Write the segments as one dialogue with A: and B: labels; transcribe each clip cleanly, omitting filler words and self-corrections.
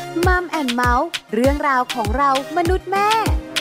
A: มัมแอนด์เมาส์เรื่องราวของเรามนุษย์แม่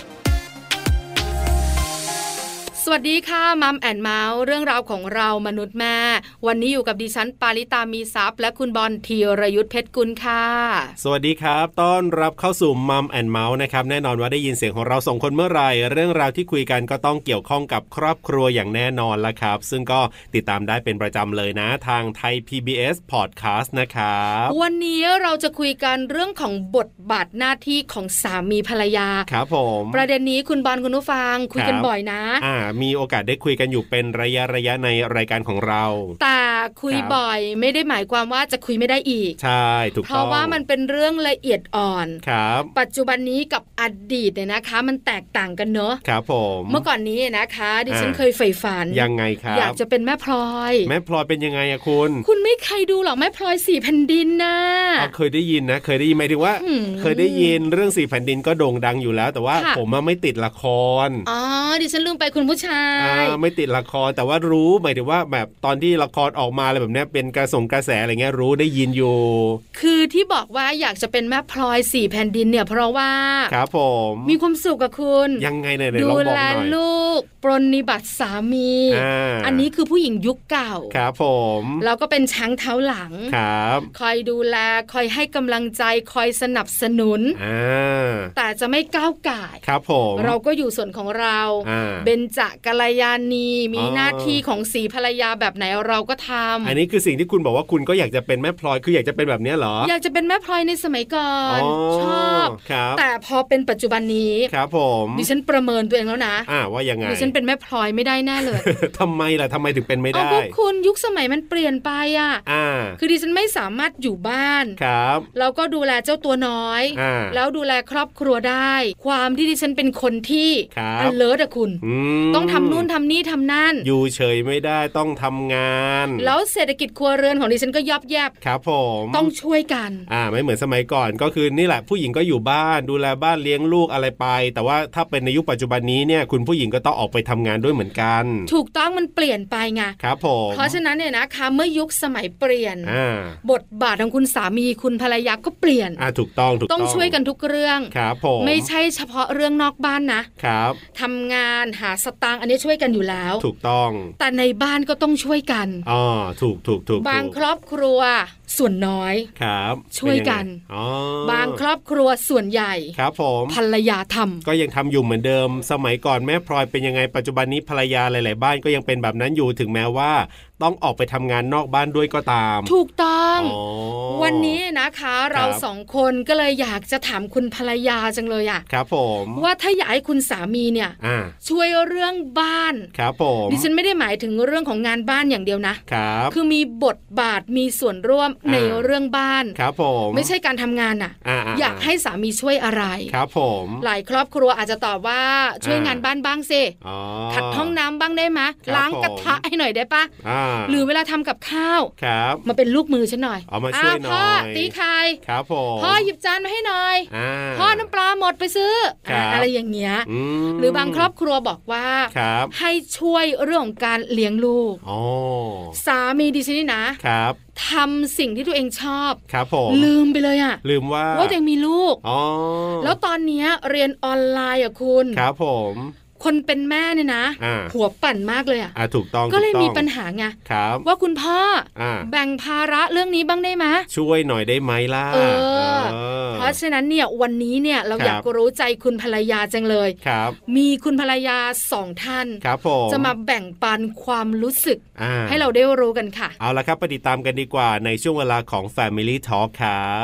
B: สวัสดีค่ะมัมแอนด์เมาส์เรื่องราวของเรามนุษย์แม่วันนี้อยู่กับดิฉันปาริตามีซัพย์และคุณบอลธีรยุทธเพชรกุลค่ะ
C: สวัสดีครับต้อนรับเข้าสู่มัมแอนด์เมาส์นะครับแน่นอนว่าได้ยินเสียงของเราสองคนเมื่อไหร่เรื่องราวที่คุยกันก็ต้องเกี่ยวข้องกับครอบครัวอย่างแน่นอนละครับซึ่งก็ติดตามได้เป็นประจำเลยนะทางไทย PBS Podcast นะครับ
B: วันนี้เราจะคุยกันเรื่องของบทบาทหน้าที่ของสามีภรรยา
C: ครับผม
B: ประเด็นนี้คุณบอลคุณผู้ฟังคุยกันบ่อยนะ
C: มีโอกาสได้คุยกันอยู่เป็นระยะในรายการของเรา
B: แต่คุยบ่อยไม่ได้หมายความว่าจะคุยไม่ได้อีก
C: ใช่ถูกต้อง
B: เพราะว่ามันเป็นเรื่องละเอียดอ่อน
C: ครับ
B: ปัจจุบันนี้กับอดีตเนี่ยนะคะมันแตกต่างกันเนอะ
C: ครับผม
B: เมื่อก่อนนี้นะคะดิฉันเคยใฝ่ฝัน
C: ยังไงครับ
B: อยากจะเป็นแม่พลอย
C: แม่พลอยเป็นยังไงอะคุณ
B: ไม่เคยดูหรอกแม่พลอย4แผ่นดินนะ
C: เคยได้ยินนะเคยได้ยินหมายถึงว่าเคยได้ยินเรื่อง4แผ่นดินก็โด่งดังอยู่แล้วแต่ว่าผมไม่ติดละคร
B: ดิฉันลืมไปคุณผู้ชาย
C: ไม่ติดละครแต่ว่ารู้หมายถึงว่าแบบตอนที่ละครออกมาอะไรแบบนี้เป็นกระแสอะไรเงี้ยรู้ได้ยินอยู่
B: คือที่บอกว่าอยากจะเป็นแม่พลอย4แผ่นดินเนี่ยเพราะว่า
C: ครับผม
B: มีความสุขกับคุณ
C: ยังไงเนี่ยลองบอกหน่อย
B: ดูแลลูกปรนนิบัติสามีอันนี้คือผู้หญิงยุคเก่า
C: ครับผม
B: แล้วก็เป็นช้างเท้าหลัง
C: ครับ
B: คอยดูแลคอยให้กำลังใจคอยสนับสนุนแต่จะไม่ก้าวก่าย
C: ครับผม
B: เราก็อยู่ส่วนของเราเบญจกัลยาณีมีหน้าที่ของสีภรรยาแบบไหนเราก็ทำ
C: อันนี้คือสิ่งที่คุณบอกว่าคุณก็อยากจะเป็นแม่พลอยคืออยากจะเป็นแบบนี้เหรอ
B: อยากจะเป็นแม่พลอยในสมัยก่อนชอบแต่พอเป็นปัจจุบันนี้
C: ครับผม
B: ดิฉันประเมินตัวเองแล้วนะ
C: ว่ายังไง
B: ดิฉันเป็นแม่พลอยไม่ได้แน่เลย
C: ทำไมล่ะทำไมถึงเป็นไม่ได้
B: ก็คุณยุคสมัยมันเปลี่ยนไปคือดิฉันไม่สามารถอยู่บ้าน
C: ครับ
B: แล้วก็ดูแลเจ้าตัวน้อยแล้วดูแลครอบครัวได้ความที่ดิฉันเป็นคนที่alert อะคุณต้องทำนู่นทำนี่ทำนั่น
C: อยู่เฉยไม่ได้ต้องทำงาน
B: แล้วเศรษฐกิจครัวเรือนของดิฉันก็ยับแยบ
C: ครับผม
B: ต้องช่วยกัน
C: ไม่เหมือนสมัยก่อนก็คือนี่แหละผู้หญิงก็อยู่บ้านดูแลบ้านเลี้ยงลูกอะไรไปแต่ว่าถ้าเป็นในยุคปัจจุบันนี้เนี่ยคุณผู้หญิงก็ต้องออกไปทำงานด้วยเหมือนกัน
B: ถูกต้องมันเปลี่ยนไปไง
C: ครับผม
B: เพราะฉะนั้นเนี่ยนะคะเมื่อยุคสมัยเปลี่ยนบทบาทของคุณสามีคุณภรรยาก็เปลี่ยน
C: ถูกต้อง
B: ต้องช่วยกันทุกเรื่อง
C: ครับผม
B: ไม่ใช่เฉพาะเรื่องนอกบ้านนะครับทำงานหาสตางค์อันนี้ช่วยกันอยู่แล้ว
C: ถูกต้อง
B: แต่ในบ้านก็ต้องช่วยกัน
C: ถูก
B: บางครอบครัวส่วนน้อย
C: ครับ
B: ช่วยกันบางครอบครัวส่วนใหญ่
C: ครับผม
B: ภรรยาทำ
C: ก็ยังทำอยู่เหมือนเดิมสมัยก่อนแม่พลอยเป็นยังไงปัจจุบันนี้ภรรยาหลายๆบ้านก็ยังเป็นแบบนั้นอยู่ถึงแม้ว่าต้องออกไปทำงานนอกบ้านด้วยก็ตาม
B: ถูกต้องวันนี้นะคะเราสองคนก็เลยอยากจะถามคุณภรรยาจังเลย
C: ครับผม
B: ว่าถ้าอยากให้คุณสามีเนี่ยช่วยเรื่องบ้าน
C: ครับผม
B: ดิฉันไม่ได้หมายถึงเรื่องของงานบ้านอย่างเดียวนะครับคือมีบทบาทมีส่วนร่วมในเรื่องบ้าน
C: ครับผม
B: ไม่ใช่การทำงานอยากให้สามีช่วยอะไร
C: ครับผม
B: หลายครอบครัวอาจจะตอบว่าช่วยงานบ้านบ้างสิขัดห้องน้ำบ้างได้ไหมล้างกระทะให้หน่อยได้ปะหรือเวลาทำกับข้าวมาเป็นลูกมือฉันหน่อย
C: เอามาช่วยหน่อย
B: พ่อตีไข่
C: ครับผม
B: พ่อหยิบจานมาให้หน่อยพ่อน้ำปลาหมดไปซื้ออะไรอย่างเงี้ยหรือบางครอบครัวบอกว่าให้ช่วยเรื่องของการเลี้ยงลูกสามีดิฉันนี่นะครับทำสิ่งที่ตัวเองชอบ
C: ครับผม
B: ลืมไปเลย
C: ลืมว่า
B: ตัวเองมีลูกแล้วตอนนี้เรียนออนไลน์คุณ
C: ครับผม
B: คนเป็นแม่เนี่ยนะหัวปั่นมากเลย
C: ถูกต้อง
B: ก็เลยมีปัญหาไงว่าคุณพ่อแบ่งภาระเรื่องนี้บ้างได้ไหม
C: ช่วยหน่อยได้ไหมล่ะ
B: เพราะฉะนั้นเนี่ยวันนี้เนี่ยเราอยากรู้ใจคุณภรรยาจังเลยมีคุณภรรยา2ท่านจะมาแบ่งปันความรู้สึกให้เราได้รู้กันค่ะ
C: เอาละครับไปติดตามกันดีกว่าในช่วงเวลาของ Family Talk ครับ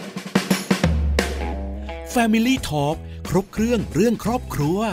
D: Family Talk ครบเครื่องเรื่องครอบครัว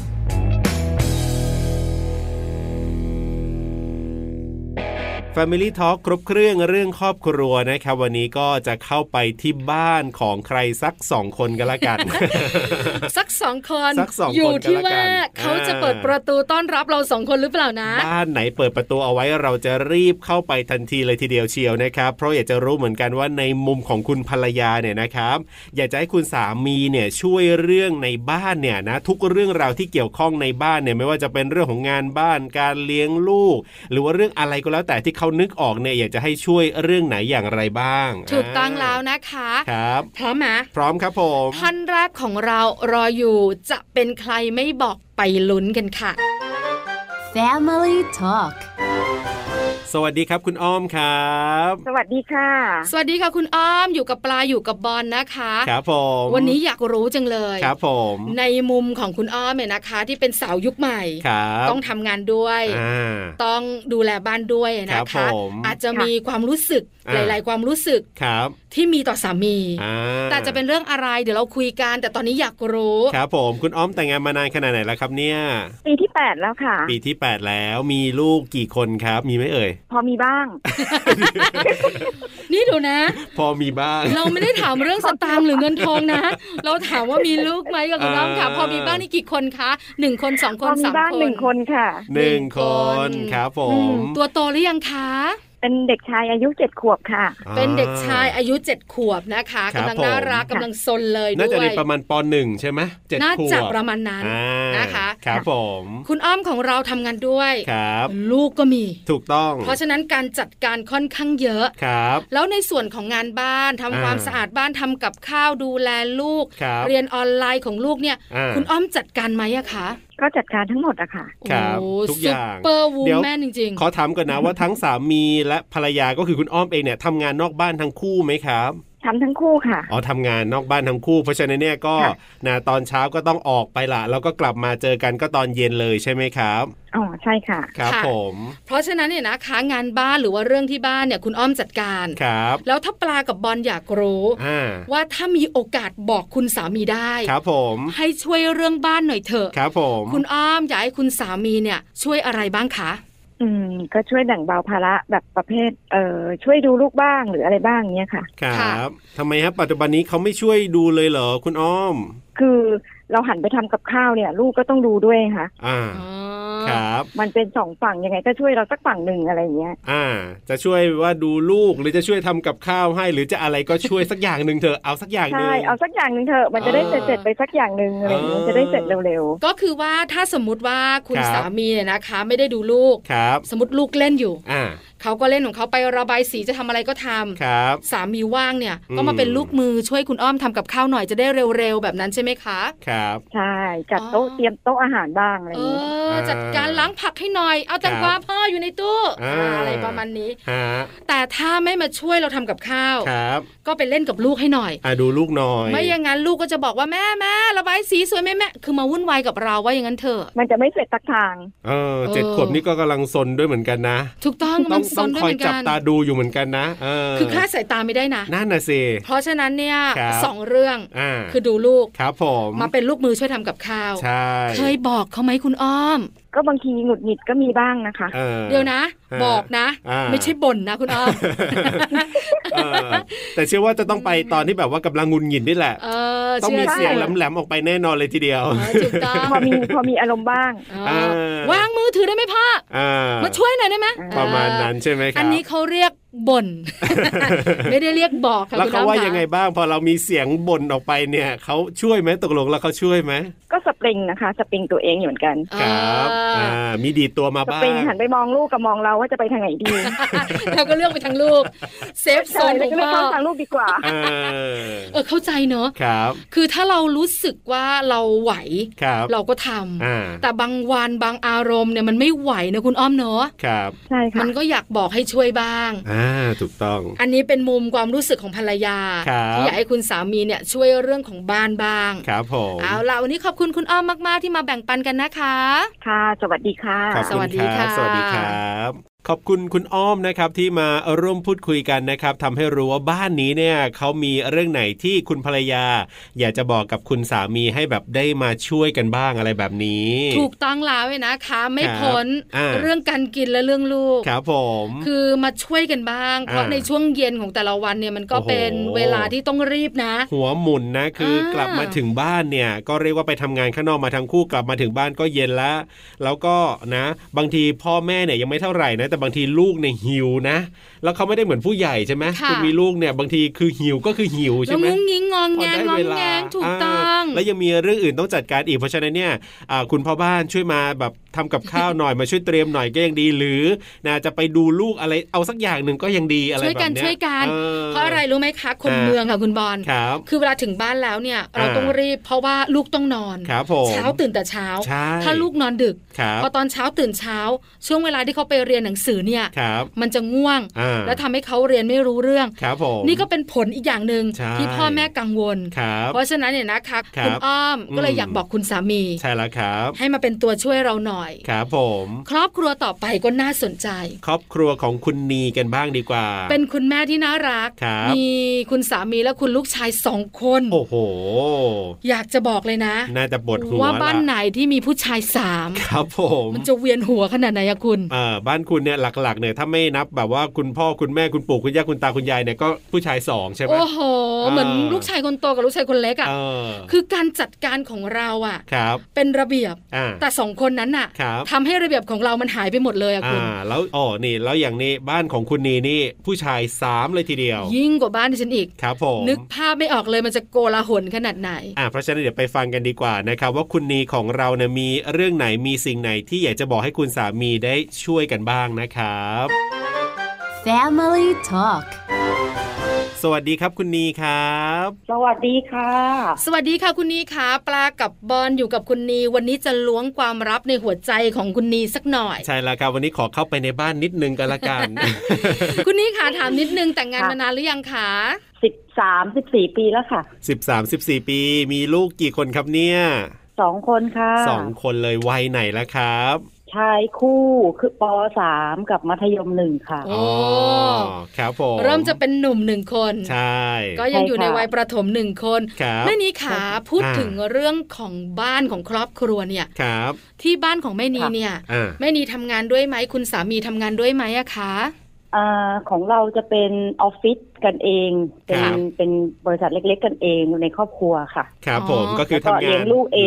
C: Family Talk ครบเครื่องเรื่องครอบครัวนะครับวันนี้ก็จะเข้าไปที่บ้านของใครสัก2คนกันละกัน
B: สัก2คนอยู่ที่ว่าเขาจะเปิดประตูต้อนรับเรา2คนหรือเปล่านะ
C: บ้านไหนเปิดประตูเอาไว้เราจะรีบเข้าไปทันทีเลยทีเดียวเชียวนะครับเพราะอยากจะรู้เหมือนกันว่าในมุมของคุณภรรยาเนี่ยนะครับอยากจะให้คุณสามีเนี่ยช่วยเรื่องในบ้านเนี่ยนะทุกเรื่องราวที่เกี่ยวข้องในบ้านเนี่ยไม่ว่าจะเป็นเรื่องของงานบ้านการเลี้ยงลูกหรือว่าเรื่องอะไรก็แล้วแต่ที่เขานึกออกเนี่ยอยากจะให้ช่วยเรื่องไหนอย่างไรบ้าง
B: ถูกต้องแล้วนะคะ
C: ครับ
B: พร้อมไหม
C: พร้อมครับผม
B: ท่านแรกของเรารออยู่จะเป็นใครไม่บอกไปลุ้นกันค่ะ
A: Family Talk
C: สวัสดีครับคุณอ้อมครับ
E: สวัสดีค่ะ
B: สวัสดีค่ะคุณอ้อมอยู่กับปลาอยู่กับบอลนะคะ
C: ครับผม
B: วันนี้อยากรู้จังเลย
C: ครับผม
B: ในมุมของคุณอ้อมเนี่ยนะคะที่เป็นสาวยุคใหม่ต้องทำงานด้วยต้องดูแลบ้านด้วยนะคะอาจจะมีความรู้สึกหลายๆความรู้สึกที่มีต่อสามีแต่จะเป็นเรื่องอะไรเดี๋ยวเราคุยกันแต่ตอนนี้อยากรู้
C: ครับผมคุณอ้อมแต่งงานมานานขนาดไหนแล้วครับเนี่ย
E: ปีที่8แล้วค่ะ
C: ปีที่8แล้วมีลูกกี่คนครับมีไหมเอ่ย
E: พอมีบ้าง
B: นี่ดูนะ
C: พอมีบ้าง
B: เราไม่ได้ถามเรื่องสตางค์หรือเงินทองนะเราถามว่ามีลูกไหมกับคุณน้องค่ะพอมีบ้างนี่กี่คนคะ1คน2คน3คนพอมี
E: บ้าง1คนค่ะ
C: 1คนครับผม
B: ตัวโตหรือยังคะ
E: เป็นเด็กชายอายุ7ขวบค่ะ
B: เป็นเด็กชายอายุ7ขวบนะคะกำลังน่ารักกำลังซนเลยด้วย
C: น่าจะประมาณป.1 ใช่ไหม7ขวบ
B: น่าจะประมาณนั้นนะคะ
C: ครับผม
B: คุณอ้อมของเราทำงานด้วย
C: ครับ
B: ลูกก็มี
C: ถูกต้อง
B: เพราะฉะนั้นการจัดการค่อนข้างเยอะ
C: ครับ
B: แล้วในส่วนของงานบ้านทำความสะอาดบ้านทำกับข้าวดูแลลูกเรียนออนไลน์ของลูกเนี่ยคุณอ้อมจัดการไหมอะคะ
E: ก็จัดการทั้งหมดอะค่ะ
C: ครับทุกอย่าง
B: ซุปเปอร์วูแมนจริง
C: ๆขอถามก่อนนะว่าทั้งสามีและภรรยาก็คือคุณอ้อมเองเนี่ยทำงานนอกบ้านทั้งคู่ไหมครับ
E: ทำทั้งคู่ค่ะ
C: ทำงานนอกบ้านทั้งคู่เพราะฉะนั้นเนี่ยก็นะตอนเช้าก็ต้องออกไปละแล้วก็กลับมาเจอกันก็ตอนเย็นเลยใช่ไหมครับ
E: ใช่ค่ะ
C: ครับผม
B: เพราะฉะนั้นเนี่ยนะคะงานบ้านหรือว่าเรื่องที่บ้านเนี่ยคุณอ้อมจัดการ
C: ครับ
B: แล้วถ้าปลากับบอลอยากรู้ว่าถ้ามีโอกาสบอกคุณสามีได้
C: ครับผม
B: ให้ช่วยเรื่องบ้านหน่อยเถอะ
C: ครับผม
B: คุณอ้อมอยากให้คุณสามีเนี่ยช่วยอะไรบ้างคะ
E: ก็ช่วยแบ่งเบาภาระแบบประเภทช่วยดูลูกบ้างหรืออะไรบ้างเนี้ยค่ะ
C: ครับทำไมครับปัจจุบันนี้เขาไม่ช่วยดูเลยเหรอคุณอ้อม
E: คือเราหันไปทำกับข้าวเนี่ยลูกก็ต้องดูด้วยค่ะ
C: ครับ
E: มันเป็น2ฝั่งยังไงก็ช่วยเราสักฝั่งหนึ่งอะไรเงี้ย
C: จะช่วยว่าดูลูกหรือจะช่วยทำกับข้าวให้หรือจะอะไรก็ช่วยสักอย่างนึงเถอะเอาสักอย่างนึง
E: ใช่เอาสักอย่างนึงเถอะมันจะได้เสร็จไปสักอย่างนึงอะไรอย่างเงี้ยจะได้เสร็จเร็ว
B: ๆก็คือว่าถ้าสมมติว่าคุณสามีเนี่ยนะคะไม่ได้ดูลูกสมมติลูกเล่นอยู่เขาก็เล่นของเขาไประบายสีจะทำอะไรก็ทำ
C: ครับ
B: สามีว่างเนี่ยก็มาเป็นลูกมือช่วยคุณอ้อมทำกับข้าวหน่อยจะได้เร็วๆแบบนั้นใช่ไหมคะ
C: ครับ
E: ใช่จัดโต๊ะเตรียมโต๊ะอาหารบ้างอะไรอย่างนี้
B: จัดการล้างผักให้หน่อยเอาแตงกวาพ่ออยู่ในตู้อะไรประมาณนี้แต่ถ้าไม่มาช่วยเราทำกับข้าวก็ไปเล่นกับลูกให้หน่อย
C: ดูลูกหน่อย
B: ไม่อย่างนั้นลูกก็จะบอกว่าแม่ระบายสีสวยแม่คือมาวุ่นวายกับเราว่าอย่างนั้นเถอะ
E: มันจะไม่เสร็จสักทาง
C: 7 ขวบนี่ก็กำลังซนด้วยเหมือนกันนะ
B: ถูกต้อง
C: ต้องคอยจับตาดูอยู่เหมือนกันนะ
B: คือคลาดสายตาไม่ได้นะ
C: นั่นน่ะสิ
B: เพราะฉะนั้นเนี่ย2เรื่องคือดูลูก
C: ครับผม
B: มาเป็นลูกมือช่วยทำกับข้าว
C: ใช่
B: เคยบอกเขาไหมคุณอ้อม
E: ก็บางทีหงุดหงิดก็มีบ้างนะคะ
B: เดี๋ยวนะบอกนะไม่ใช่บ่นนะคุณอ้อม
C: แต่เชื่อว่าจะต้องไปตอนที่แบบว่ากำลังงุนหงิดนี่แหละต้องมีเสียงแหลมๆออกไปแน่นอนเลยทีเดียว
E: พอมีอารมณ์บ้าง
B: วางมือถือได้ไหมพ่อมาช่วยหน่อยได้ไหม
C: ประมาณนั้นใช่ไหมครับ
B: อันนี้เขาเรียกบ่น ไม่ได้เรียกบอกค่ะ
C: แล้วเขาว่ายังไงบ้างพอเรามีเสียงบ่นออกไปเนี่ยเขาช่วยไหมตกลงแล้วเขาช่วยไหม
E: ก็สปริงนะคะสปริงตัวเองเหมือนกัน
C: ครับมีดีตัวมาบ้าง
E: สปริงหันไปมองลูกกับมองเราว่าจะไปทางไหนดี
B: เราก็เลือกไปทางลูกเซฟโซน
E: ของพ่อทางลูกดีกว่า
B: เข้าใจเนอะคือถ้าเรารู้สึกว่าเราไหวเราก็ทำแต่บางวันบางอารมณ์เนี่ยมันไม่ไหวนะคุณอ้อมเนอะ
E: ใช่ค่ะ
B: มันก็อยากบอกให้ช่วยบ้าง
C: ถูกต้อง
B: อันนี้เป็นมุมความรู้สึกของภรรยาที่อยากให้คุณสามีเนี่ยช่วยเรื่องของบ้านบ้าง
C: ครับผม
B: เอาล่ะวันนี้ขอบคุณคุณอ้อมมากๆที่มาแบ่งปันกันนะคะ
E: ค่ะสวัสดีค่ะ
B: สวัสดีค่ะ
C: สวัสดีครับขอบคุณคุณอ้อมนะครับที่มาร่วมพูดคุยกันนะครับทำให้รู้ว่าบ้านนี้เนี่ยเขามีเรื่องไหนที่คุณภรรยาอยากจะบอกกับคุณสามีให้แบบได้มาช่วยกันบ้างอะไรแบบนี้
B: ถูกต้องแล้วนะคะไม่พ้นเรื่องการกินและเรื่องลูก
C: ครับผม
B: คือมาช่วยกันบ้างเพราะในช่วงเย็นของแต่ละวันเนี่ยมันก็เป็นเวลาที่ต้องรีบนะ
C: หัวหมุนนะคือกลับมาถึงบ้านเนี่ยก็เรียกว่าไปทำงานข้างนอกมาทั้งคู่กลับมาถึงบ้านก็เย็นแล้วก็นะบางทีพ่อแม่เนี่ยยังไม่เท่าไหร่นะแต่บางทีลูกเนี่ยหิวนะแล้วเขาไม่ได้เหมือนผู้ใหญ่ใช่ไหมคุณมีลูกเนี่ยบางทีคือหิวก็คือหิวใช่ไหม
B: แล้วงุ้งงิ้งงองแงงองแงงถูกต้อง
C: แล้วยังมีเรื่องอื่นต้องจัดการอีกเพราะฉะนั้นเนี่ยคุณพ่อบ้านช่วยมาแบบทำกับข้าวหน่อยมาช่วยเตรียมหน่อยก็ยังดีหรือนะจะไปดูลูกอะไรเอาสักอย่างหนึ่งก็ยังดีอะไรแบบนี้
B: ช่วยกันเพราะอะไรรู้ไหมคะคนเมืองค่ะคุณบอลคือเวลาถึงบ้านแล้วเนี่ยเราต้องรีบเพราะว่าลูกต้องนอนเช้าตื่นแต่เช้าถ้าลูกนอนดึกพอตอนเช้าตื่นเช้าช่วงเวลาที่เขาไปเรียนหนังสือเนี่ยมันจะง่วงแล้วทำให้เขาเรียนไม่รู้เรื่องนี่ก็เป็นผลอีกอย่างนึงที่พ่อแม่กังวลเพราะฉะนั้นเนี่ยนะคะคุณอ้อมก็เลยอยากบอกคุณสามี
C: ใช่แล้วครับ
B: ให้มาเป็นตัวช่วยเราหน่อย
C: ครับผม
B: ครอบครัวต่อไปก็น่าสนใจ
C: ครอบครัวของคุณนีกันบ้างดีกว่า
B: เป็นคุณแม่ที่น่ารักมีคุณสามีและคุณลูกชาย2 คน
C: โอ้โห
B: อยากจะบอกเลยนะ
C: น่าจะปวดหัว
B: ว่าบ้านไหนที่มีผู้ชาย3
C: ครับผม
B: มันจะเวียนหัวขนาดไหนอะคุณ
C: บ้านคุณเนี่ยหลักๆเนี่ยถ้าไม่นับแบบว่าคุณพ่อคุณแม่คุณปู่คุณย่าคุณตาคุณยายเนี่ยก็ผู้ชาย2ใช่ไหม
B: โอ้โหเหมือนลูกชายคนโตกับลูกชายคนเล็กอะคือการจัดการของเราอะเป็นระเบียบแต่2 คนนั้นอะทำให้ระเบียบของเรามันหายไปหมดเลยอะคุณ
C: แล้วนี่แล้วอย่างนี้บ้านของคุณนีนี่ผู้ชาย3เลยทีเดียว
B: ยิ่งกว่าบ้านที่ฉันอีก
C: ครับผม
B: นึกภาพไม่ออกเลยมันจะโกลาหลขนาดไหน
C: เพราะฉะนั้นเดี๋ยวไปฟังกันดีกว่านะครับว่าคุณนีของเราเนี่ยมีเรื่องไหนมีสิ่งไหนที่อยากจะบอกให้คุณสามีได้ช่วยกันบ้างนะครับ
A: Family Talk
C: สวัสดีครับคุณนีครับ
E: สวัสดีค่ะ
B: สวัสดีค่ะคุณนีค่ะปลากับบอลอยู่กับคุณนีวันนี้จะล้วงความลับในหัวใจของคุณนีสักหน่อย
C: ใช่แล้วครับวันนี้ขอเข้าไปในบ้านนิดนึงกันละกัน
B: คุณนีค่ะถามนิดนึงแต่งงานมานานหรือยังคะ
E: 13-14 ปีแล้วค่ะ
C: 13-14 ปีมีลูกกี่คนครับเนี่ย
E: 2 คนค่ะ
C: 2 คนเลยวัยไหนแล้วครับ
E: ชายคู่คือป.3 กับมัธยม1ค่ะ
B: โอ้
C: ครับผม
B: เริ่มจะเป็นหนุ่ม1 คน
C: ใช่
B: ก็ยังอยู่ในวัยประถม1 คนแม่นีขาพูดถึงเรื่องของบ้านของครอบครัวเนี่ยที่บ้านของแม่นีเนี่ยแม่นีทำงานด้วยไหมคุณสามีทำงานด้วยไหมอะคะ
E: ของเราจะเป็นออฟฟิศกันเองเป็นบริษัทเล็กๆกันเองในครอบครัวค่ะ
C: ครับผมก็คือทำงาน
E: เลี้ยงลูกเอง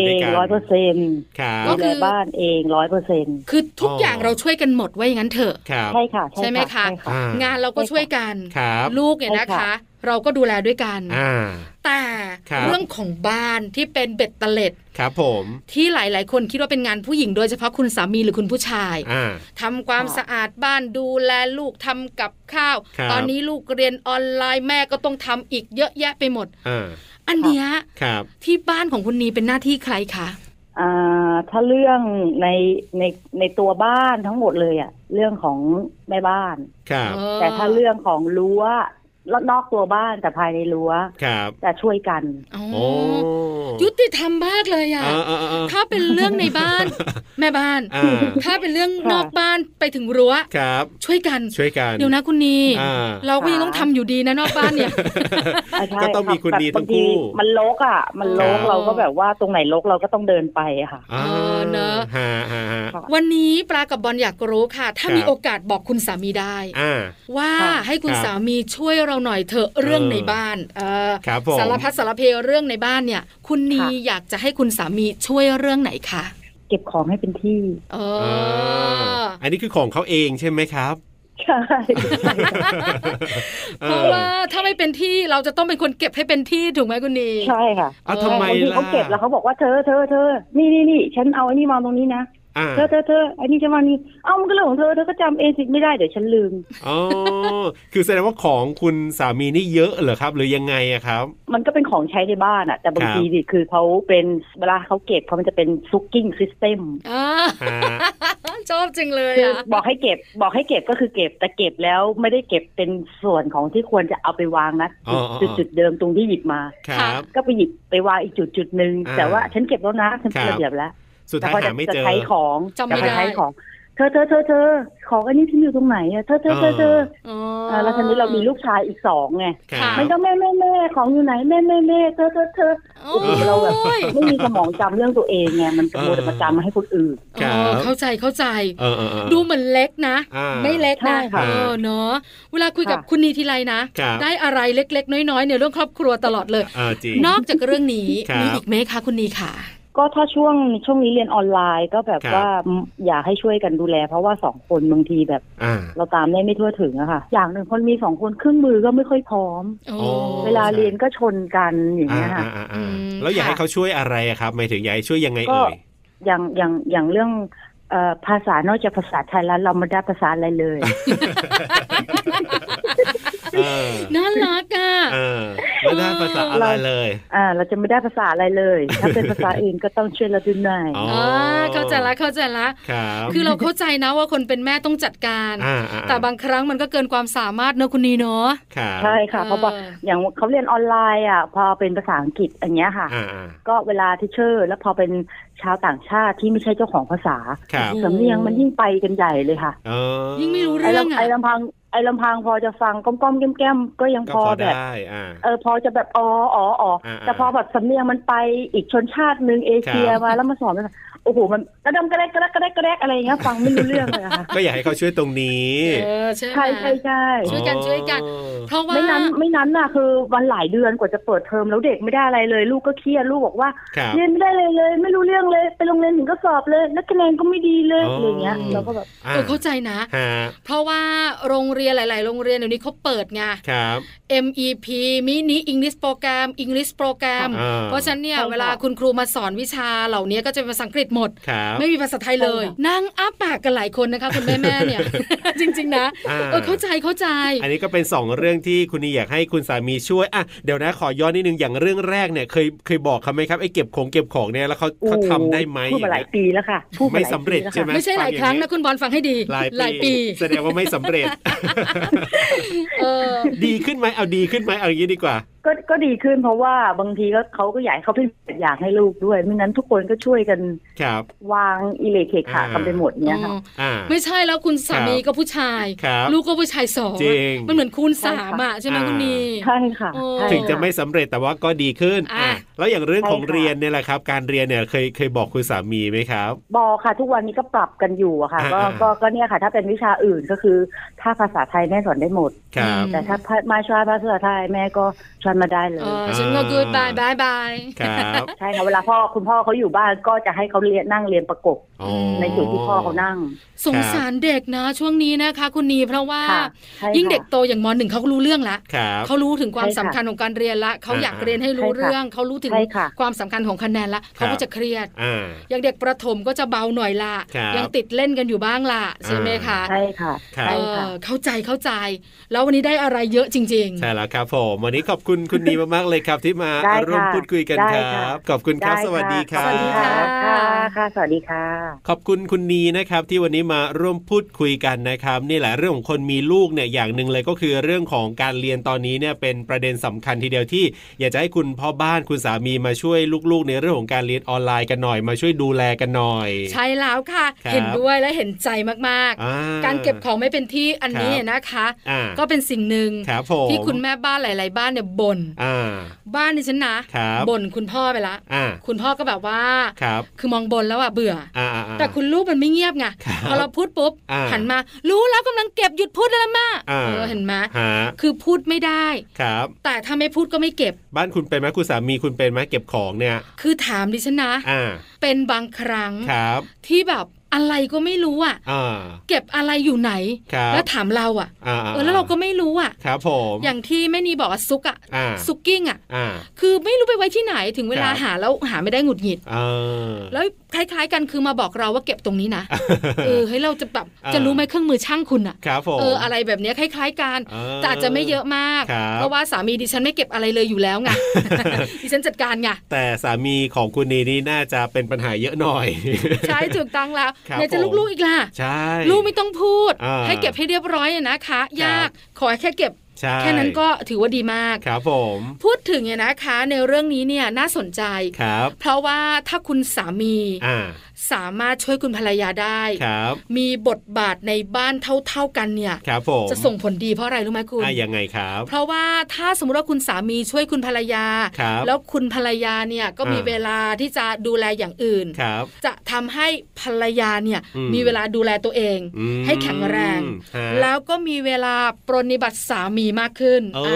E: 100% ดูแลบ้านเอง 100%
B: คือทุกอย่างเราช่วยกันหมดว่าอย่างนั้นเถอะ
E: ใช่ค่ะ
B: ใช่ไหมคะงานเราก็ช่วยกันลูกเนี่ยนะคะเราก็ดูแลด้วยกันแต่เรื่องของบ้านที่เป็นเบ็ดเตล็ด
C: ครับผม
B: ที่หลายๆคนคิดว่าเป็นงานผู้หญิงโดยเฉพาะคุณสามีหรือคุณผู้ชายทำความสะอาดบ้านดูแลลูกทำกับข้าวตอนนี้ลูกเรียนออนไลน์แม่ก็ต้องทำอีกเยอะแยะไปหมดอันเนี้ยที่บ้านของคุณนีเป็นหน้าที่ใครคะ
E: ถ้าเรื่องในตัวบ้านทั้งหมดเลยอะเรื่องของแม่บ้านแต่ถ้าเรื่องของรั้วนอกตัวบ้านแต่ภายในรั้วจะช่วยกัน
B: ยุติธรรมมากเลยอ่ะถ้าเป็นเรื่องในบ้านแม่บ้านถ้าเป็นเรื่องนอกบ้านไปถึงรั้วช่วยกันเดี๋ยวนะคุณนีเราก็ยังต้องทำอยู่ดีนะนอกบ้านเนี่ย
C: ก็ต้องมีคุณนีทั้งคู่
E: มันรกอ่ะมันรกเราก็แบบว่าตรงไหนรกเราก็ต้องเดินไปค่ะ
B: เนอะวันนี้ปลากับบอลอยากรู้ค่ะถ้ามีโอกาสบอกคุณสามีได้ว่าให้คุณสามีช่วยเราหน่อยเถอะเรื่องในบ้านสารพัดสารเพเรื่องในบ้านเนี่ยคุณนีอยากจะให้คุณสามีช่วยเรื่องไหนคะ
E: เก็บของให้เป็นที่
C: อันนี้คือของเขาเองใช่ไหมครับ
E: ใช่
B: เพราะว่าถ้าไม่เป็นที่เราจะต้องเป็นคนเก็บให้เป็นที่ถูกไหมคุณนี
E: ใช่ค่ะ
C: ทำไมล่ะ
E: เขาเก็บแล้วเขาบอกว่าเธอนี่ฉันเอาไอ้นี่มาตรงนี้นะเธอไอ้นี่จะมานี่มันก็เรื่องของเธอก็จำเองสิไม่ได้เดี๋ยวฉันลืม
C: คือแสดงว่าของคุณสามีนี่เยอะเหรอครับหรือยังไงอะครับ
E: มันก็เป็นของใช้ในบ้านอะแต่บางทีดิคือเขาเป็นเวลาเขาเก็บเขามันจะเป็นซุกกิ้งซิสเต็ม
B: ชอบจริงเลยอะ
E: บอกให้เก็บก็คือเก็บแต่เก็บแล้วไม่ได้เก็บเป็นส่วนของที่ควรจะเอาไปวางนะจุดเดิมตรงที่หยิบมาก็ไปหยิบไปวางอีกจุดนึงแต่ว่าฉันเก็บแล้วนะฉันระเบียบแล้ว
C: สุดท้ายหาไม่เจอ
E: จะใช้ของเธอของอันนี้ที่อยู่ตรงไหนอะเธอแล้วทีนี้เรามีลูกชายอีก2ไงมันก็แม่ของอยู่ไหนแม่เธอเราแบบไม่มีสมองจำเรื่องตัวเองไงมันโมแต่มาจำมาให้คนอื่น
B: เข้าใจดูเหมือนเล็กนะไม่เล็กนะเนาะเวลาคุยกับคุณนีทีไรนะได้อะไรเล็กๆน้อยๆในเรื่องครอบครัวตลอดเลยนอกจากเรื่องนี้มีอีกไหมคะคุณนีค่ะ
E: ก็ถ้าช่วงนี้เรียนออนไลน์ก็แบบว่าอยากให้ช่วยกันดูแลเพราะว่า2คนบางทีแบบเราตามได้ไม่ทั่วถึงอะค่ะอย่างหนึ่งคนมี2คนเครื่องมือก็ไม่ค่อยพร้อมเวลาเรียนก็ชนกันอย่างเงี้ยค่ะ
C: แล้วอยากให้เขาช่วยอะไรครับหมายถึงอยากให้ช่วยยังไงเอ่ย
E: อย่างเรื่องภาษานอกจากภาษาไทยแล้วเราไม่ได้ภาษาอะไรเลย
B: น่ารักอ่ะ
C: ไม่ได้ภาษาอะไรเลย
E: เราจะไม่ได้ภาษาอะไรเลยถ้าเป็นภาษาอื่นก็ต้องช่วยเราดูหน่อย
B: เข้าใจละคือเราเข้าใจนะว่าคนเป็นแม่ต้องจัดการแต่บางครั้งมันก็เกินความสามารถเนอะคุณนีเนาะ
E: ใช่ค่ะเพราะว่าอย่างเขาเรียนออนไลน์อ่ะพอเป็นภาษาอังกฤษอย่างเงี้ยค่ะก็เวลาที่เชอร์แล้วพอเป็นชาวต่างชาติที่ไม่ใช่เจ้าของภาษาสำเนียงมันยิ่งไปกันใหญ่เลยค่ะ
B: ยิ่งไม่รู้เรื่อง
E: ไอ้ลำพังพอจะฟังก้มๆแก้มๆก็ยังพอแบบพอจะแบบแต่พอแบบสำเนียงมันไปอีกชนชาตินึงเอเชียมาแล้วมาสอนมันโอ้โหมันกระดมกระแดกอะไรอย่างเงี้ยฟังไม่รู้เรื่องเลยค่ะ
C: ก็อยากให้เขาช่วยตรงนี้
E: ใช่
B: ช่วยกันเพราะว่า
E: ไม่นั้นน่ะคือวันหลายเดือนกว่าจะเปิดเทอมแล้วเด็กไม่ได้อะไรเลยลูกก็เครียดลูกบอกว่าเรียนไม่ได้เลยไม่รู้เรื่องเลยไปโรงเรียนถึงก็สอบเลยแล้วคะแนนก็ไม่ดีเลยอะไรเงี้ยเราก็แบบ
B: เข้าใจนะเพราะว่าโรงเรียนหลายๆโรงเรียนเดี๋ยวนี้เขาเปิดไงMEP Mini English Program English Program เพราะฉะนั้นเนี่ยเวลาคุณครูมาสอนวิชาเหล่านี้ก็จะเป็นภาษาอังกฤษหมดไม่มีภาษาไทยเลยนั่งอ้าปากกันหลายคนนะคะคุณแม่ๆเนี่ย จริงๆนะเข้าใจ
C: อันนี้ก็เป็น2เรื่องที่คุณนีอยากให้คุณสามีช่วยเดี๋ยวนะขอย้อนนิดนึงอย่างเรื่องแรกเนี่ยเคยบอกเขาไหมครับไอ้เก็บของเนี่ยแล้วเขาทำได้ไหม
E: พูดมาหลายปีแล้วค่ะ
C: ไม่สำเร็จใช่ไหม
B: ไม่ใช่หลายครั้งนะคุณบอลฟังให้ดีหลายปี
C: แสดงว่าไม่สำเร็จดีขึ้นไหมเอาดีขึ้นไหมเอาอย่างนี้ดีกว่า
E: ก็ดีขึ้นเพราะว่าบางทีก็เขาก็อยากเขาเป็นแบบอย่างให้ลูกด้วยไม่งั้นทุกคนก็ช่วยกันวางอิเลเคขากันไปหมดเนี่ยค่ะ
B: ไม่ใช่แล้วคุณสามีก็ผู้ชายลูกก็ผู้ชาย2มันเหมือนคูณ3อ่ะใช่ไหมคุณนี
E: ใช่ค่ะ
C: ถึงจะไม่สำเร็จแต่ว่าก็ดีขึ้นแล้วอย่างเรื่องของเรียนเนี่ยแหละครับการเรียนเนี่ยเคยบอกคุณสามีไหมครับ
E: บอกค่ะทุกวันนี้ก็ปรับกันอยู่อะค่ะก็เนี่ยค่ะถ้าเป็นวิชาอื่นก็คือถ้าภาษาไทยแม่สอนได้หมดแต่ถ้ามาช่วยภาษาไทยแม่ก็ชวนมาได้เลย
B: ฉันก็ good bye
C: ครับ
E: ใช่ค่ะเวลาคุณพ่อเขาอยู่บ้านก็จะให้เขานั่งเรียนประกบในจุดที่พ่อเขานั่ง
B: สงสารเด็กนะช่วงนี้นะคะคุณนีเพราะว่ายิ่งเด็กโตอย่างม.1 เขารู้เรื่องละเขารู้ถึงความสำคัญของการเรียนละเขาอยากเรียนให้รู้เรื่องเขารู้ถึงความสำคัญของคะแนนละเขาก็จะเครียดอย่างเด็กประถมก็จะเบาหน่อยละยังติดเล่นกันอยู่บ้างละใช่ไหมคะ
E: ใช่ค่ะ
B: เข้าใจแล้ววันนี้ได้อะไรเยอะจริง
C: ๆใช่แล้วครับผมวันนี้ขอบคุณคุณนีมากๆเลยครับที่มาร่วมพูดคุยกันครับขอบคุณครับสวัสดีครับ
B: สวัสดี
E: ค่ะสวัสดีค่ะ
C: ขอบคุณคุณนีนะครับที่วันนี้มาร่วมพูดคุยกันนะครับนี่แหละเรื่องของคนมีลูกเนี่ยอย่างนึงเลยก็คือเรื่องของการเรียนตอนนี้เนี่ยเป็นประเด็นสำคัญทีเดียวที่อยากจะให้คุณพ่อบ้านคุณสามีมาช่วยลูกๆในเรื่องของการเรียนออนไลน์กันหน่อยมาช่วยดูแลกันหน่อย
B: ใช่แล้วค่ะเห็นด้วยและเห็นใจมากๆการเก็บของไม่เป็นที่อันนี้นะคะก็เป็นสิ่งหนึ่งที่คุณแม่บ้านหลายๆบ้านเนี่ยบ่นบ้านดิฉันนะบ่นคุณพ่อไปละคุณพ่อก็แบบว่าคือมองบนแล้วเบื่อแต่คุณลูกมันไม่เงียบไงพอเราพูดปุ๊บหันมารู้แล้วกำลังเก็บหยุดพูดแล้วมาเห็นไหมคือพูดไม่ได้แต่ถ้าไม่พูดก็ไม่เก็บ
C: บ้านคุณเป็นไหมคุณสามีคุณเป็นไหมเก็บของเนี่ย
B: คือถามดิฉันนะเป็นบางครั้งที่แบบอะไรก็ไม่รู้เก็บอะไรอยู่ไหนแล้วถามเราแล้วเราก็ไม่รู้
C: ครับผม
B: อย่างที่แม่นีบอกซุกซุกกิ้งคือไม่รู้ไปไว้ที่ไหนถึงเวลาหาแล้วหาไม่ได้หงุดหงิดแล้วคล้ายๆกันคือมาบอกเราว่าเก็บตรงนี้นะให้เราจะแบบจะรู้ไหมเครื่องมือช่างคุณอะไรแบบนี้คล้ายๆกันแต่อาจจะไม่เยอะมากเพราะว่าสามีดิฉันไม่เก็บอะไรเลยอยู่แล้วไง ดิฉันจัดการไง
C: แต่สามีของคุณนีนี่น่าจะเป็นปัญหาเยอะหน่อย
B: ใช่ถูกต้องแล้วไหนจะลูกๆอีกล่ะ
C: ใช่
B: ลูกไม่ต้องพูดให้เก็บให้เรียบร้อยนะคะยากขอแค่เก็บแค่นั้นก็ถือว่าดีมาก
C: ครับผม
B: พูดถึงเนี่ยนะคะในเรื่องนี้เนี่ยน่าสนใจเพราะว่าถ้าคุณสามีสามารถช่วยคุณภรรยาได้มีบทบาทในบ้านเท่ากันเนี่ยจะส่งผลดีเพราะอะไรรู้ไหมคุณ
C: ยังไงครับ
B: เพราะว่าถ้าสมมติว่าคุณสามีช่วยคุณภรรยาแล้วคุณภรรยาเนี่ยก็มีเวลาที่จะดูแลอย่างอื่นจะทำให้ภรรยาเนี่ยมีเวลาดูแลตัวเองให้แข็งแรงแล้วก็มีเวลาปรนนิบัติสามีมากขึ้น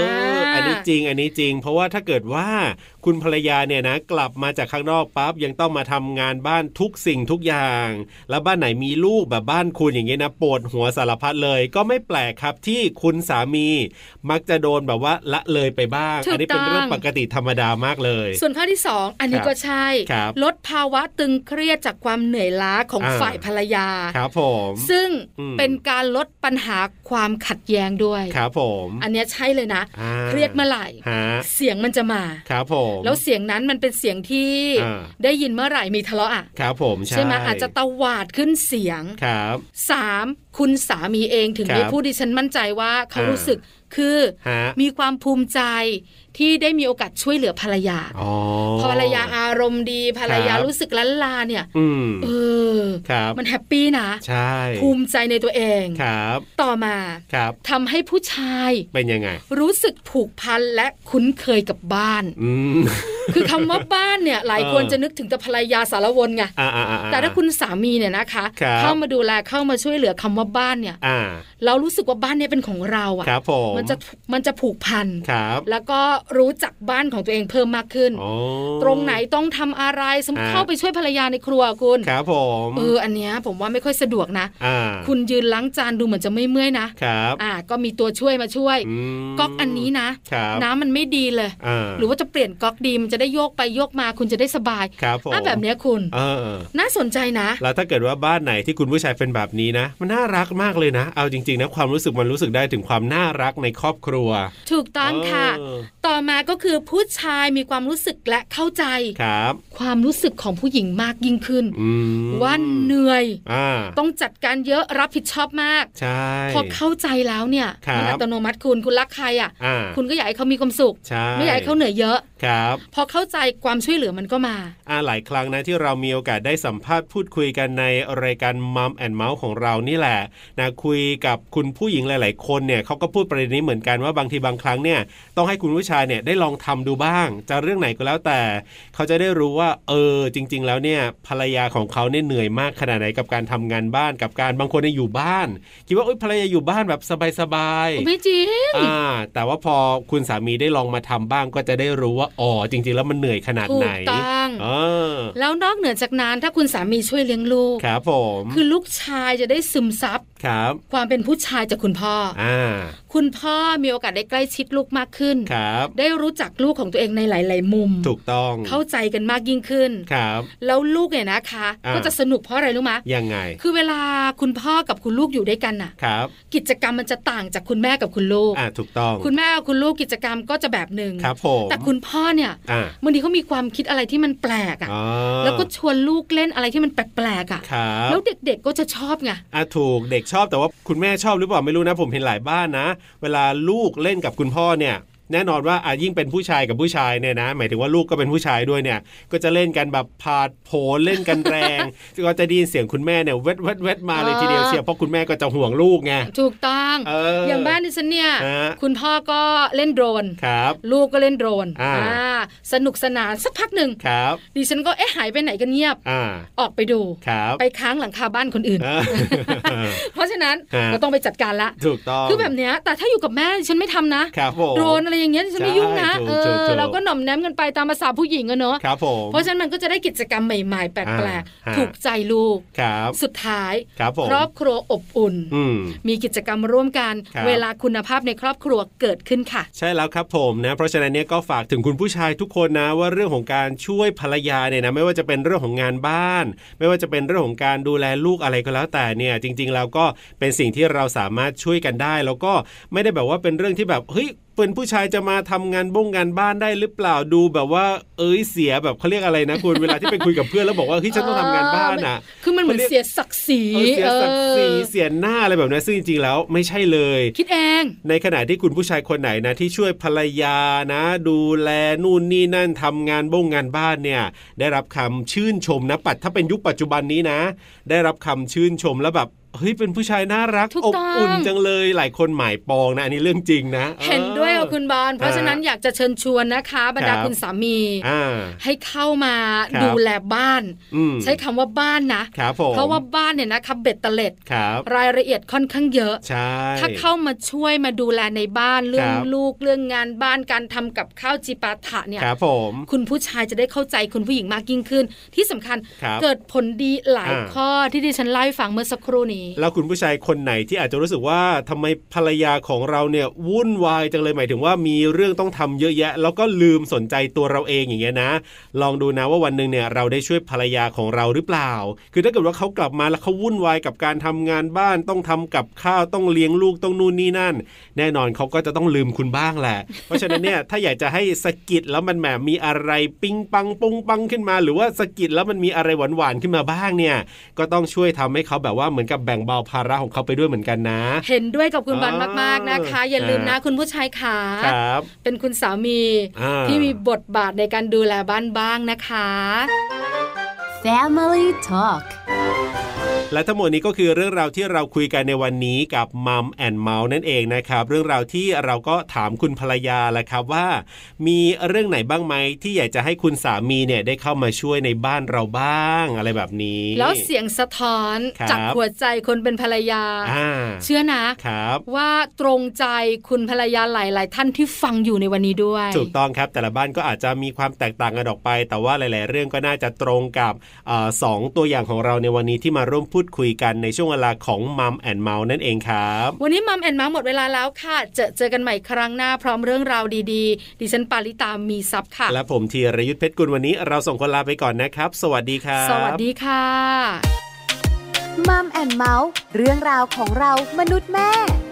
C: อันนี้จริงเพราะว่าถ้าเกิดว่าคุณภรรยาเนี่ยนะกลับมาจากข้างนอกปั๊บยังต้องมาทำงานบ้านทุกสิ่งทุกอย่างแล้วบ้านไหนมีลูกแบบบ้านคุณอย่างเงี้ยนะปวดหัวสารพัดเลยก็ไม่แปลกครับที่คุณสามีมักจะโดนแบบว่าละเลยไปบ้างอันนี้เป็นเรื่องปกติธรรมดามากเลย
B: ส่วนข้อที่2อันนี้ก็ใช่ลดภาวะตึงเครียดจากความเหนื่อยล้าของฝ่ายภรรยา
C: ครับผม
B: ซึ่งเป็นการลดปัญหาความขัดแย้งด้วย
C: ครับผม
B: อันนี้ใช่เลยนะเครียดเมื่อไหร่เสียงมันจะมา
C: ครับผม
B: แล้วเสียงนั้นมันเป็นเสียงที่ได้ยินเมื่อไหร่มีทะเลาะอ่ะ
C: ครับผม
B: ใช่ไหมอาจจะตวาดขึ้นเสียง
C: ครับ
B: 3คุณสามีเองถึงได้พูดดิฉันมั่นใจว่าเขารู้สึกคือมีความภูมิใจที่ได้มีโอกาสช่วยเหลือภรรยาพอภรรยาอารมณ์ดีภรรยารู้สึกล้านลาเนี่ยมันแฮปปี้นะ
C: ใช่
B: ภูมิใจในตัวเอง
C: ครับ
B: ต่อมาทำให้ผู้ชาย
C: เป็นยังไง
B: รู้สึกผูกพันและคุ้นเคยกับบ้านคือคำว่าบ้านเนี่ยหลายคนจะนึกถึงแต่ภรรยาสารวนไงแต่ถ้าคุณสามีเนี่ยนะคะเข้ามาดูแลเข้ามาช่วยเหลือคำว่าบ้านเนี่ยเรารู้สึกว่าบ้านนี้เป็นของเราอ่ะมันจะผูกพันแล้วก็รู้จักบ้านของตัวเองเพิ่มมากขึ้นตรงไหนต้องทำอะไรสมมติเข้าไปช่วยภรรยาในครัวคุณ
C: ครับผม
B: อันเนี้ยผมว่าไม่ค่อยสะดวกนะคุณยืนล้างจานดูเหมือนจะไม่เมื่อยนะครับก็มีตัวช่วยมาช่วยก๊อกอันนี้นะน้ำมันไม่ดีเลยหรือว่าจะเปลี่ยนก๊อกดีมันจะได้โยกไปโยกมาคุณจะได้สบายแบบเนี้ยคุณน่าสนใจนะ
C: แล้วถ้าเกิดว่าบ้านไหนที่คุณผู้ชายเป็นแบบนี้นะมันน่ารักมากเลยนะเอาจริงๆนะความรู้สึกมันรู้สึกได้ถึงความน่ารักในครอบครัว
B: ถูกต้องค่ะต่อมาก็คือผู้ชายมีความรู้สึกและเข้าใจความรู้สึกของผู้หญิงมากยิ่งขึ้นว่าเหนื่อยต้องจัดการเยอะรับผิดชอบมากพอเข้าใจแล้วเนี่ยมันอัตโนมัติคุณรักใครอ่ะคุณก็อยากให้เขามีความสุขไม่อยากให้เขาเหนื่อยเยอะพอเข้าใจความช่วยเหลือมันก็มา
C: หลายครั้งนะที่เรามีโอกาสได้สัมภาษณ์พูดคุยกันในรายการ Mom and Mouse ของเรานี่แหละนะคุยกับคุณผู้หญิงหลายๆคนเนี่ยเขาก็พูดประเด็นนี้เหมือนกันว่าบางทีบางครั้งเนี่ยต้องให้คุณผู้ชายเนี่ยได้ลองทำดูบ้างจะเรื่องไหนก็แล้วแต่เขาจะได้รู้ว่าจริงๆแล้วเนี่ยภรรยาของเขาเนี่ยเหนื่อยมากขนาดไหนกับการทำงานบ้านกับการบางคนเนี่ยอยู่บ้านคิดว่าภรรยาอยู่บ้านแบบสบาย
B: ๆไม่จริง
C: แต่ว่าพอคุณสามีได้ลองมาทำบ้างก็จะได้รู้ว่าจริงๆแล้วมันเหนื่อยขนาดไหน
B: ถูกต้องแล้วนอกเหนือจากนั้นถ้าคุณสามีช่วยเลี้ยงลูก
C: ครับผม
B: คือลูกชายจะได้ซึมซับความเป็นผู้ชายจากคุณพ่อคุณพ่อมีโอกาสได้ใกล้ชิดลูกมากขึ้นได้รู้จักลูกของตัวเองในหลายๆมุม
C: ถูกต้อง
B: เข้าใจกันมากยิ่งขึ้นแล้วลูกเนี่ยนะคะก็จะสนุกเพราะอะไรรู้ไหม
C: ยังไง
B: คือเวลาคุณพ่อกับคุณลูกอยู่ด้วยกันน่ะกิจกรรมมันจะต่างจากคุณแม่กับคุณลูก
C: ถูกต้อง
B: คุณแม่กับคุณลูกกิจกรรมก็จะแบบนึงแต่คุณพ่อเนี่ยบางทีเขามีความคิดอะไรที่มันแปลกแล้วก็ชวนลูกเล่นอะไรที่มันแปลกแล้วเด็กๆก็จะชอบไง
C: ถูกเด็กชอบแต่ว่าคุณแม่ชอบหรือเปล่าไม่รู้นะผมเห็นหลายบ้านนะเวลาลูกเล่นกับคุณพ่อเนี่ยแน่นอนว่ายิ่งเป็นผู้ชายกับผู้ชายเนี่ยนะหมายถึงว่าลูกก็เป็นผู้ชายด้วยเนี่ยก็จะเล่นกันแบบผาดโผนเล่นกันแรงก็จะได้ยินเสียงคุณแม่เนี่ยเวทมาเลยทีเดียวเชียวเพราะคุณแม่ก็จะห่วงลูกไง
B: ถูกต้องอย่างบ้านดิฉันเนี่ยคุณพ่อก็เล่นโดรนลูกก็เล่นโดรนสนุกสนานสักพักหนึ่งดิฉันก็หายไปไหนกันเงียบออกไปดูไปค้างหลังคาบ้านคนอื่นเพราะฉะนั้นก็ต้องไปจัดการละ
C: ถูกต้อง
B: คือแบบเนี้ยแต่ถ้าอยู่กับแม่ฉันไม่ทำนะโดรนอะไรอย่างเงี้ยฉันไม่ยุ่งนะเราก็หน่อมแนมกันไปตามภาษาผู้หญิงอะเนาะเพราะฉะนั้นมันก็จะได้กิจกรรมใหม่ๆแปลกๆถูกใจลูกสุดท้ายครอบครัวอบอุ่นมีกิจกรรมร่วมกันเวลาคุณภาพในครอบครัวเกิดขึ้นค่ะ
C: ใช่แล้วครับผมนะเพราะฉะนั้นเนี่ยก็ฝากถึงคุณผู้ชายทุกคนนะว่าเรื่องของการช่วยภรรยาเนี่ยนะไม่ว่าจะเป็นเรื่องของงานบ้านไม่ว่าจะเป็นเรื่องของการดูแลลูกอะไรก็แล้วแต่เนี่ยจริงๆแล้วก็เป็นสิ่งที่เราสามารถช่วยกันได้แล้วก็ไม่ได้แบบว่าเป็นเรื่องที่แบบเฮ้ยเป็นผู้ชายจะมาทำงานบ้านได้หรือเปล่าดูแบบว่าเสียแบบเขาเรียกอะไรนะคุณเวลาที่ไปคุยกับเพื่อนแล้วบอกว่าเฮ้ยฉันต้องทำงานบ้านอ่ะ
B: คือมันเหมือนเสียศักดิ์ศรี
C: เสียศักดิ์ศรีเสียหน้าอะไรแบบนี้ซึ่งจริงๆแล้วไม่ใช่เลย
B: คิดเอง
C: ในขณะที่คุณผู้ชายคนไหนนะที่ช่วยภรรยานะดูแลนู่นนี่นั่นทำงานบ้านเนี่ยได้รับคำชื่นชมนะถ้าเป็นยุคปัจจุบันนี้นะได้รับคำชื่นชมแล้วแบบเฮ้ยเป็นผู้ชายน่ารักอบอุ่นจังเลยหลายคนหมายปองนะอันนี้เรื่องจริงนะ
B: เห็นด้วยค่ะคุณบอลเพราะฉะนั้นอยากจะเชิญชวนนะคะบรรดาคุณสามีให้เข้ามาดูแลบ้านใช้คำว่าบ้านนะเพราะว่าบ้านเนี่ยนะคะเบ็ดเตล็ดรายละเอียดค่อนข้างเยอะถ้าเข้ามาช่วยมาดูแลในบ้านเรื่องลูกเรื่องงานบ้านการทำกับข้าวจิปาถะเนี่ยคุณผู้ชายจะได้เข้าใจคุณผู้หญิงมากยิ่งขึ้นที่สำคัญเกิดผลดีหลายข้อที่ดิฉันเล่าให้ฟังเมื่อสักครู่นี้
C: แล้วคุณผู้ชายคนไหนที่อาจจะรู้สึกว่าทำไมภรรยาของเราเนี่ยวุ่นวายจังเลยหมายถึงว่ามีเรื่องต้องทำเยอะแยะแล้วก็ลืมสนใจตัวเราเองอย่างเงี้ยนะลองดูนะว่าวันนึงเนี่ยเราได้ช่วยภรรยาของเราหรือเปล่าคือถ้าเกิดว่าเขากลับมาแล้วเขาวุ่นวายกับการทำงานบ้านต้องทำกับข้าวต้องเลี้ยงลูกต้องนู่นนี่นั่นแน่นอนเขาก็จะต้องลืมคุณบ้างแหละเพราะฉะนั้นเนี่ยถ้าอยากจะให้สะกิดแล้วมันแหมมีอะไรปิ๊งปังปุ้งปังขึ้นมาหรือว่าสะกิดแล้วมันมีอะไรหวานๆขึ้นมาบ้างเนี่ยก็ต้องช่วยทำให้เขาแบบว่าเหมือนกับแบ่งเบาภาระของเขาไปด้วยเหมือนกันนะ
B: เห็นด้วยกับคุณบอลมากๆนะคะอย่าลืมนะคุณผู้ชายขาเป็นคุณสามีที่มีบทบาทในการดูแลบ้านบ้างนะคะ
A: Family Talk
C: และทั้งหมดนี้ก็คือเรื่องราวที่เราคุยกันในวันนี้กับมัมแอนด์เมาส์นั่นเองนะครับเรื่องราวที่เราก็ถามคุณภรรยาแหละครับว่ามีเรื่องไหนบ้างไหมที่อยากจะให้คุณสามีเนี่ยได้เข้ามาช่วยในบ้านเราบ้างอะไรแบบนี้
B: แล้วเสียงสะท้อนจากหัวใจคนเป็นภรรยาเชื่อนะว่าตรงใจคุณภรรยาหลายๆท่านที่ฟังอยู่ในวันนี้ด้วย
C: ถูกต้องครับแต่ละบ้านก็อาจจะมีความแตกต่างกันออกไปแต่ว่าหลายๆเรื่องก็น่าจะตรงกับ2ตัวอย่างของเราในวันนี้ที่มาร่วมพูดคุยกันในช่วงเวลาของมัมแอนด์เมาส์นั่นเองครับ
B: วันนี้มัมแอนด์เมาส์หมดเวลาแล้วค่ะเจอกันใหม่ครั้งหน้าพร้อมเรื่องราวดีๆดิฉันปาริตามีทรัพย์ค่ะ
C: และผมธีรยุทธเพชรกุลวันนี้เราส่งคนลาไปก่อนนะครับสวัสดีครับ
B: สวัสดีค่ะ
A: มัมแอนด์เมาส์เรื่องราวของเรามนุษย์แม่